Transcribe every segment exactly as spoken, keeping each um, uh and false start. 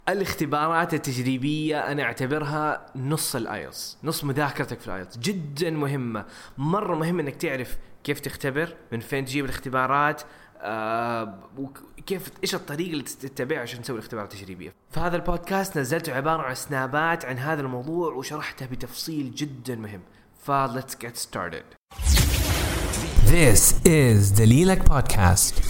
الاختبارات التجريبية أنا أعتبرها نص الآيلتس، نص مذاكرتك في الآيلتس. جدا مهمة، مرة مهم أنك تعرف كيف تختبر، من فين تجيب الاختبارات، آه، وكيف إيش الطريقة اللي تتبعها عشان تسوي الاختبارات التجريبية. فهذا البودكاست نزلته عبارة عن سنابات عن هذا الموضوع وشرحته بتفصيل جدا مهم. ف let's get started. This is دليلك بودكاست.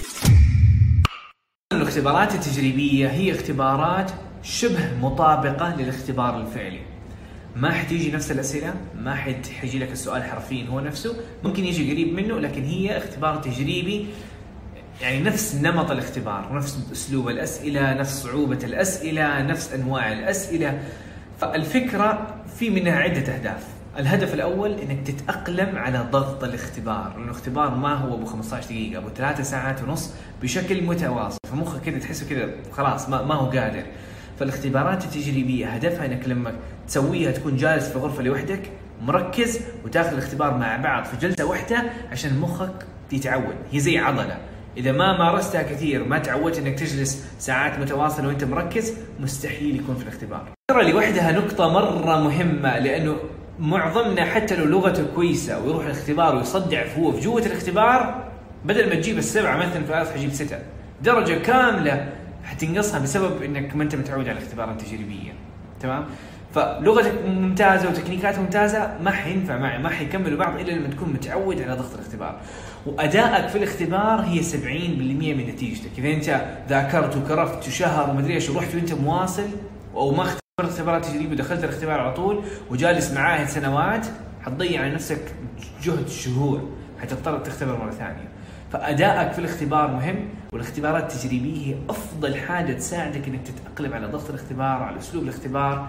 الاختبارات التجريبية هي اختبارات شبه مطابقة للاختبار الفعلي. ما حتيجي نفس الأسئلة، ما حيجي لك السؤال حرفيا هو نفسه، ممكن يجي قريب منه، لكن هي اختبار تجريبي، يعني نفس نمط الاختبار، نفس أسلوب الأسئلة، نفس صعوبة الأسئلة، نفس أنواع الأسئلة. فالفكرة في منها عدة أهداف. الهدف الأول إنك تتأقلم على ضغط الاختبار، لأنه الاختبار ما هو أبو خمسة عشر دقيقة، أبو ثلاثة ساعات ونص بشكل متواصل، فمخك كده تحسه كده خلاص ما, ما هو قادر. فالاختبارات التجريبية هدفها إنك لما تسويها تكون جالس في غرفة لوحدك مركز وتاخذ الاختبار مع بعض في جلسة واحدة عشان مخك يتعود. هي زي عضلة، إذا ما مارستها كثير، ما تعودت إنك تجلس ساعات متواصلة وإنت مركز، مستحيل يكون في الاختبار. ترى لوحدها نقطة مرة مهمة، لأنه معظمنا حتى لو لغته كويسة ويروح الاختبار ويصدع هو في جوة الاختبار، بدل ما تجيب السبعة مثلا في الآخر حجيب ستة، درجة كاملة حتنقصها بسبب إنك ما أنت متعود على الاختبارات التجريبية. تمام؟ فلغتك ممتازة وتكنيكات ممتازة ما حينفع معي، ما حيكملوا بعض إلا لما تكون متعود على ضغط الاختبار. وأدائك في الاختبار هي سبعين بالمئة من نتيجتك. إذا أنت ذاكرت وكرفت وشهر ومدري إيش ورحت وأنت مواصل أو ما اختبرت اختبارات تجريبية ودخلت الاختبار على طول وجالس معاهد سنوات، حتضيع على نفسك جهد شهور، حتضطر تختبر مرة ثانية. فأدائك في الاختبار مهم، والاختبارات التجريبية هي أفضل حاجة تساعدك إنك تتأقلم على ضغط الاختبار، على أسلوب الاختبار،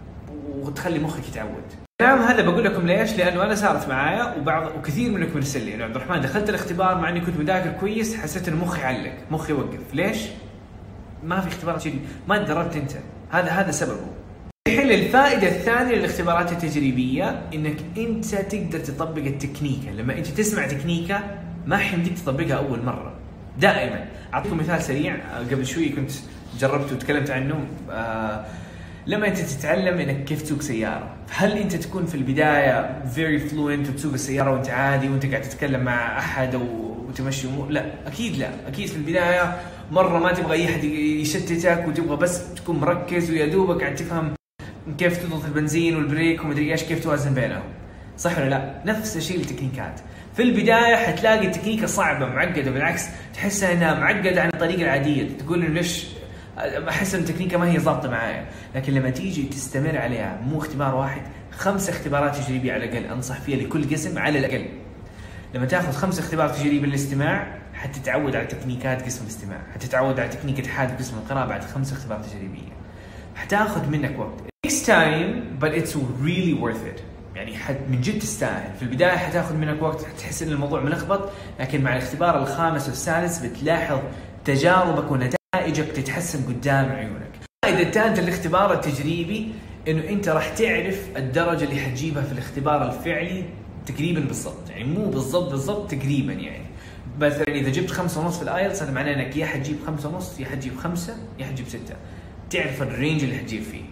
وتخلي مخك يتعود. الكلام هذا بقول لكم ليش؟ لأنه أنا صارت معايا وبعض وكثير منكم مرسل لي إنه عبد الرحمن دخلت الاختبار مع إني كنت مذاكر كويس، حسيت إنه مخي علق، مخي وقف. ليش؟ ما في اختبارات تجريبية، ما تدربت أنت. هذا هذا سببه. الحين الفائدة الثانية للاختبارات التجريبية إنك أنت تقدر تطبق التكنيكة. لما أنت تسمع تكنيكة ما حيمديك تطبقها أول مرة دائما. أعطيكم مثال سريع، قبل شوي كنت جربت وتكلمت عنه. آه لما أنت تتعلم إنك كيف تسوق سيارة، هل أنت تكون في البداية very fluent وتسوق السيارة وأنت عادي وأنت قاعد تتكلم مع أحد وتمشي أمور؟ لا، أكيد لا. أكيد في البداية مرة ما تبغى أي أحد يشتتك، وتبغى بس تكون مركز ويا دوبك قاعد تفهم كيف تضغط البنزين والبريك ومدري ايش، كيف توازن بينهم. صح ولا لا؟ نفس الشيء التكنيكات. في البدايه حتلاقي التكنيكه صعبه معقده، بالعكس تحسها انها معقده عن الطريقه العاديه، تقول انه ليش احس ان التكنيكه ما هي ضابطه معايا. لكن لما تيجي تستمر عليها، مو اختبار واحد، خمس اختبارات تجريبيه على الاقل انصح فيها لكل قسم على الاقل. لما تاخذ خمس اختبارات تجريبيه للاستماع حتتعود على تكنيكات قسم الاستماع، حتتعود على تكنيك حاد قسم القراءه بعد خمس اختبارات تجريبيه. حتاخذ منك وقت. Takes time but it's really worth it. يعني حد من جد تستاهل. في البداية حتاخذ منك وقت، حتحس إن الموضوع ملخبط، لكن مع الاختبار الخامس والسادس بتلاحظ تجاربك ونتائجك تتحسن قدام عيونك. الفائدة الثالثة للاختبار التجريبي إنه أنت راح تعرف الدرجة اللي حتجيبها في الاختبار الفعلي تقريبا بالضبط، يعني مو بالضبط بالضبط تقريبا. يعني مثلا إذا جبت خمسة ونص في الآيلتس، هذا معناه إنك يا حتجيب خمسة ونص، يا حتجيب خمسة، يا حتجيب ستة. تعرف الرينج اللي حتجيب فيه،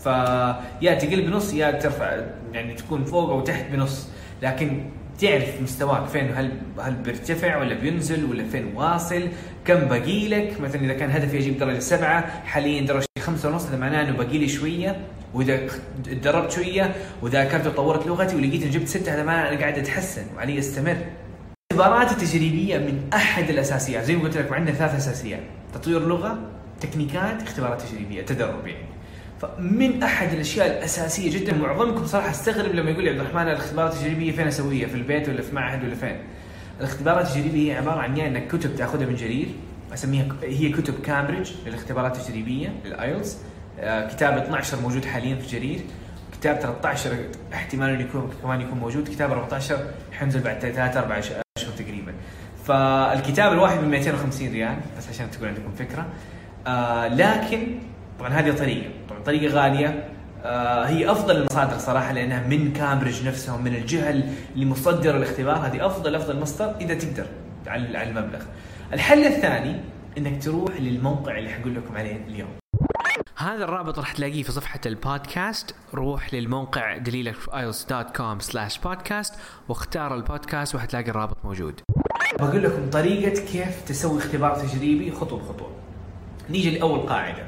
فيا تقل بنص يا ترفع، يعني تكون فوق أو تحت بنص، لكن تعرف مستواك فين، هل هل بيرتفع ولا بينزل ولا فين واصل، كم باقي لك. مثلا إذا كان هدفي أجيب درجة سبعة، حاليا درجة خمسة ونص، هذا معناه إنه باقي لي شوية. وإذا اتدربت شوية وذاكرت وطورت لغتي ولقيت إن جبت ستة، هذا معناه أنا قاعد أتحسن وعلي أستمر. الاختبارات التجريبية من أحد الأساسيات، زي ما قلت لك عندنا ثلاث أساسيات: تطوير لغة، تكنيكات، اختبارات تجريبية، تدرب. يعني فمن أحد الأشياء الأساسية جدا. معظمكم صراحة استغرب لما يقول لي عبد الرحمن الاختبارات التجريبية فين أسويها، في البيت ولا في معهد ولا فين؟ الاختبارات التجريبية هي عبارة عن يعني إنك كتب تأخذها من جرير، أسميها هي كتب كامبريدج للاختبارات التجريبية للآيلتس. آه كتاب اثنا عشر موجود حاليا في جرير، كتاب ثلاثة عشر احتمال أن يكون كمان يكون موجود، كتاب أربعة عشر حينزل بعد ثلاثة أربعة أشهر تقريبا. فالكتاب الواحد ب مئتين وخمسين ريال بس عشان تكون عندكم فكرة. آه لكن طبعا هذه طريقة طبعا طريقة غالية. آه هي أفضل المصادر صراحة، لأنها من كامبريدج نفسهم، من الجهة اللي مصدر الاختبار. هذه أفضل أفضل مصدر إذا تقدر على على المبلغ. الحل الثاني إنك تروح للموقع اللي حقول لكم عليه اليوم. هذا الرابط راح تلاقيه في صفحة البودكاست. روح للموقع دليلك في آيلتس دوت كوم سلاش بودكاست واختار البودكاست وحتلاقي الرابط موجود. بقول لكم طريقة كيف تسوي اختبار تجريبي خطوة بخطوة. نيجي لأول قاعدة،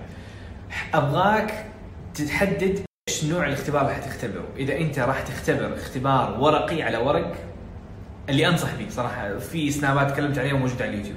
أبغاك تحدد إيش نوع الاختبار اللي حتختبره. إذا أنت راح تختبر اختبار ورقي على ورق، اللي أنصح به صراحة في سنابات تكلمت عليها وموجود على اليوتيوب،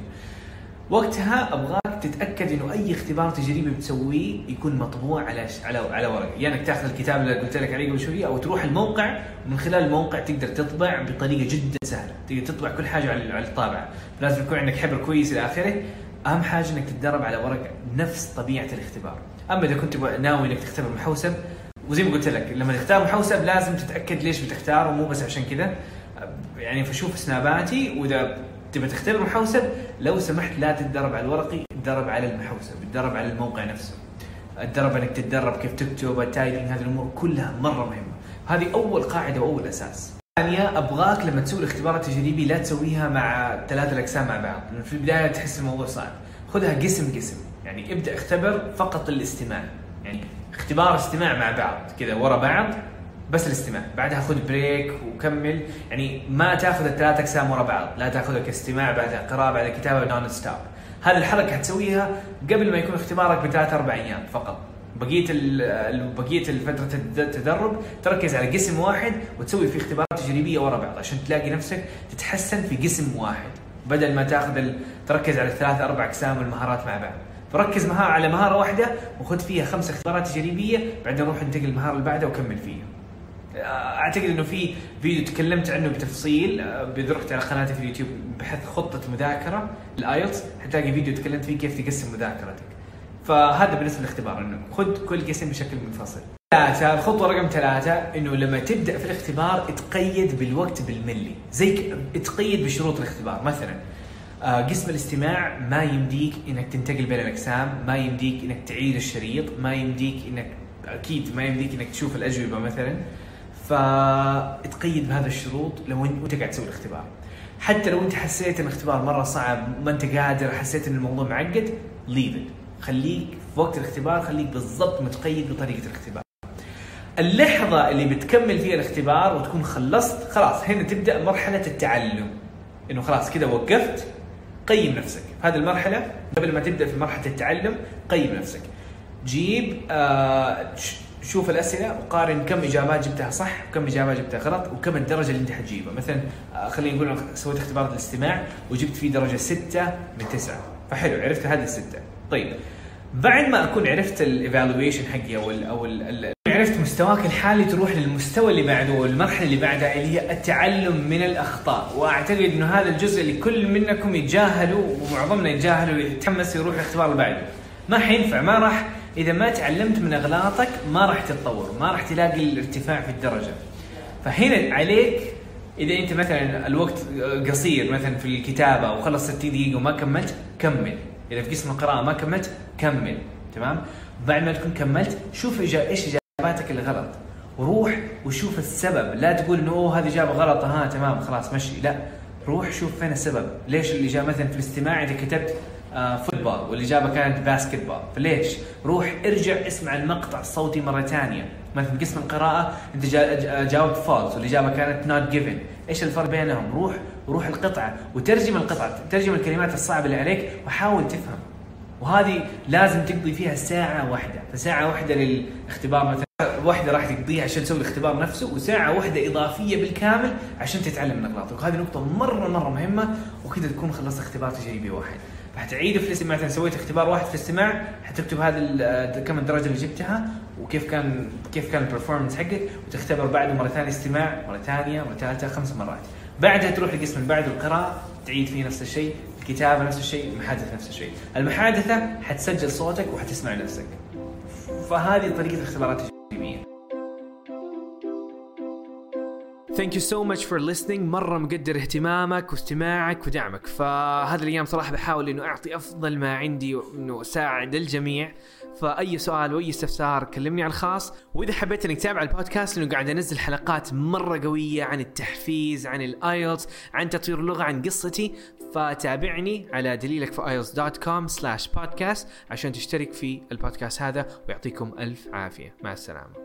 وقتها أبغاك تتأكد إنه أي اختبار تجريبي بتسويه يكون مطبوع على على على ورق. يعني إنك تأخذ الكتاب اللي قلت لك عليه قبل شوية، أو تروح الموقع ومن خلال الموقع تقدر تطبع بطريقة جدا سهلة، تقدر تطبع كل حاجة على على الطابعة. لازم يكون عندك حبر كويس إلى آخره. أهم حاجة إنك تتدرب على ورق نفس طبيعة الاختبار. أما إذا كنت ناوي إنك تختبر محوسب، وزي ما قلت لك لما تختار محوسب لازم تتأكد ليش بتختاره، مو بس عشان كذا. يعني فشوف سناباتي، وإذا تبى تختبر محوسب لو سمحت لا تتدرب على الورقي، تدرب على المحوسب، تدرب على الموقع نفسه، تدرب انك تتدرب كيف تكتب التايبنج. هذه الامور كلها مره مهمه. هذه اول قاعده واول اساس. ثانيا، ابغاك لما تسوي الاختبار التجريبي لا تسويها مع ثلاثه الاقسام مع بعض، لأن في البدايه تحس الموضوع صعب. خذها قسم قسم. يعني ابدا اختبر فقط الاستماع، يعني اختبار استماع مع بعض كذا ورا بعض، بس الاستماع. بعدها خذ بريك وكمل. يعني ما تاخذ الثلاث اقسام ورا بعض، لا تاخذها كاستماع بعدها قراءه بعدها كتابه نون ستوب. هذه الحركه حتسويها قبل ما يكون اختبارك بثلاث اربع ايام فقط. بقيه بقيه فتره التدرب تركز على قسم واحد وتسوي فيه اختبارات تجريبيه ورا بعض عشان تلاقي نفسك تتحسن في قسم واحد، بدل ما تاخذ تركز على الثلاث اربع اقسام والمهارات مع بعض. فركز مهارة على مهاره واحده وخذ فيها خمس اختبارات تجريبيه، بعدين روح انتقل المهاره اللي بعدها وكمل فيها. اعتقد انه في فيديو تكلمت عنه بتفصيل، بذكرت على قناتي في اليوتيوب بحث خطه مذاكره الايلتس، حتلاقي فيديو تكلمت فيه كيف تقسم مذاكرتك. فهذا بالنسبه للاختبار، انه خذ كل قسم بشكل منفصل. ثلاثة، الخطوه رقم ثلاثة، انه لما تبدا في الاختبار اتقيد بالوقت بالملي. زي اتقيد بشروط الاختبار. مثلا قسم الاستماع ما يمديك انك تنتقل بين الاقسام، ما يمديك انك تعيد الشريط، ما يمديك انك اكيد ما يمديك انك تشوف الاجوبه مثلا. فاتقيد بهذا الشروط لو انت قاعد تسوي الاختبار. حتى لو انت حسيت ان الاختبار مره صعب، ما انت قادر، حسيت ان الموضوع معقد، ليف خليك في وقت الاختبار خليك بالضبط متقيد بطريقه الاختبار. اللحظه اللي بتكمل فيها الاختبار وتكون خلصت، خلاص هنا تبدا مرحله التعلم، انه خلاص كده وقفت. قيم نفسك في هذه المرحله قبل ما تبدا في مرحله التعلم. قيم نفسك، جيب آه شوف الأسئلة وقارن كم إجابات جبتها صح وكم إجابات جبتها غلط وكم الدرجة اللي أنت حتجيبها. مثلا خلينا نقول سويت اختبار الاستماع وجبت فيه درجة ستة من تسعة، فحلو عرفت هذه الستة. طيب بعد ما أكون عرفت الإيفالويشن حقي أو ال أو ال عرفت مستواك الحالي، تروح للمستوى اللي بعده والمرحلة اللي بعدها اللي هي التعلم من الأخطاء. وأعتقد إنه هذا الجزء اللي كل منكم يتجاهلوا ومعظمنا يتجاهلوا ويتحمس يروح الاختبار اللي بعده. ما حينفع، ما راح، إذا ما تعلمت من أغلاطك ما راح تتطور، ما راح تلاقي الارتفاع في الدرجة. فهنا عليك إذا أنت مثلا الوقت قصير مثلا في الكتابة وخلص ستين دقيقة وما كملت، كمل. إذا في قسم القراءة ما كملت، كمل. تمام؟ بعد ما تكون كملت شوف إيش إجاباتك الغلط وروح وشوف السبب. لا تقول إنه هذه إجابة غلط ها تمام خلاص مشي، لا، روح شوف فين السبب. ليش الإجابة مثلا في الاستماع إذا كتبت آه فوتبول والإجابة كانت باسكتبول، فليش؟ روح ارجع اسمع المقطع الصوتي مرة ثانية. مثلا قسم القراءة أنت جا جاوبت فالس والإجابة كانت not given، إيش الفرق بينهم؟ روح وروح القطعة وترجم القطعة، ترجم الكلمات الصعبة اللي عليك وحاول تفهم. وهذه لازم تقضي فيها ساعة واحدة، فساعة واحدة للاختبار مثلا واحدة راح تقضيها عشان تسوي الاختبار نفسه، وساعة واحدة إضافية بالكامل عشان تتعلم من أغلاطك. وهذه نقطة مرة مرة مهمة، وكذا تكون خلصت اختبار تجريبي واحد. فحتعيد في الاستماع، مثلا سويت اختبار واحد في الاستماع حتكتب هذه كم الدرجة اللي جبتها وكيف كان كيف كان البرفورمانس حقك، وتختبر بعده مرة ثانية استماع، مرة ثانية، مرة ثالثة، خمس مرات. بعدها تروح للقسم اللي بعده القراءة، تعيد فيه نفس الشيء، الكتابة نفس الشيء، المحادثة نفس الشيء. المحادثة حتسجل صوتك وحتسمع نفسك. فهذه طريقة الاختبارات التجريبية. Thank you so much for listening. مرة مقدر اهتمامك واستماعك ودعمك. فهذه الأيام صراحة بحاول إنه أعطي أفضل ما عندي وإنه أساعد الجميع. فأي سؤال وأي استفسار كلمني على الخاص. وإذا حبيت إنك تتابع البودكاست لأنه قاعد أنزل حلقات مرة قوية عن التحفيز، عن الآيلتس، عن تطوير اللغة، عن قصتي، فتابعني على دليلك في آيلتس دوت كوم سلاش بودكاست عشان تشترك في البودكاست هذا، ويعطيكم ألف عافية. مع السلامة.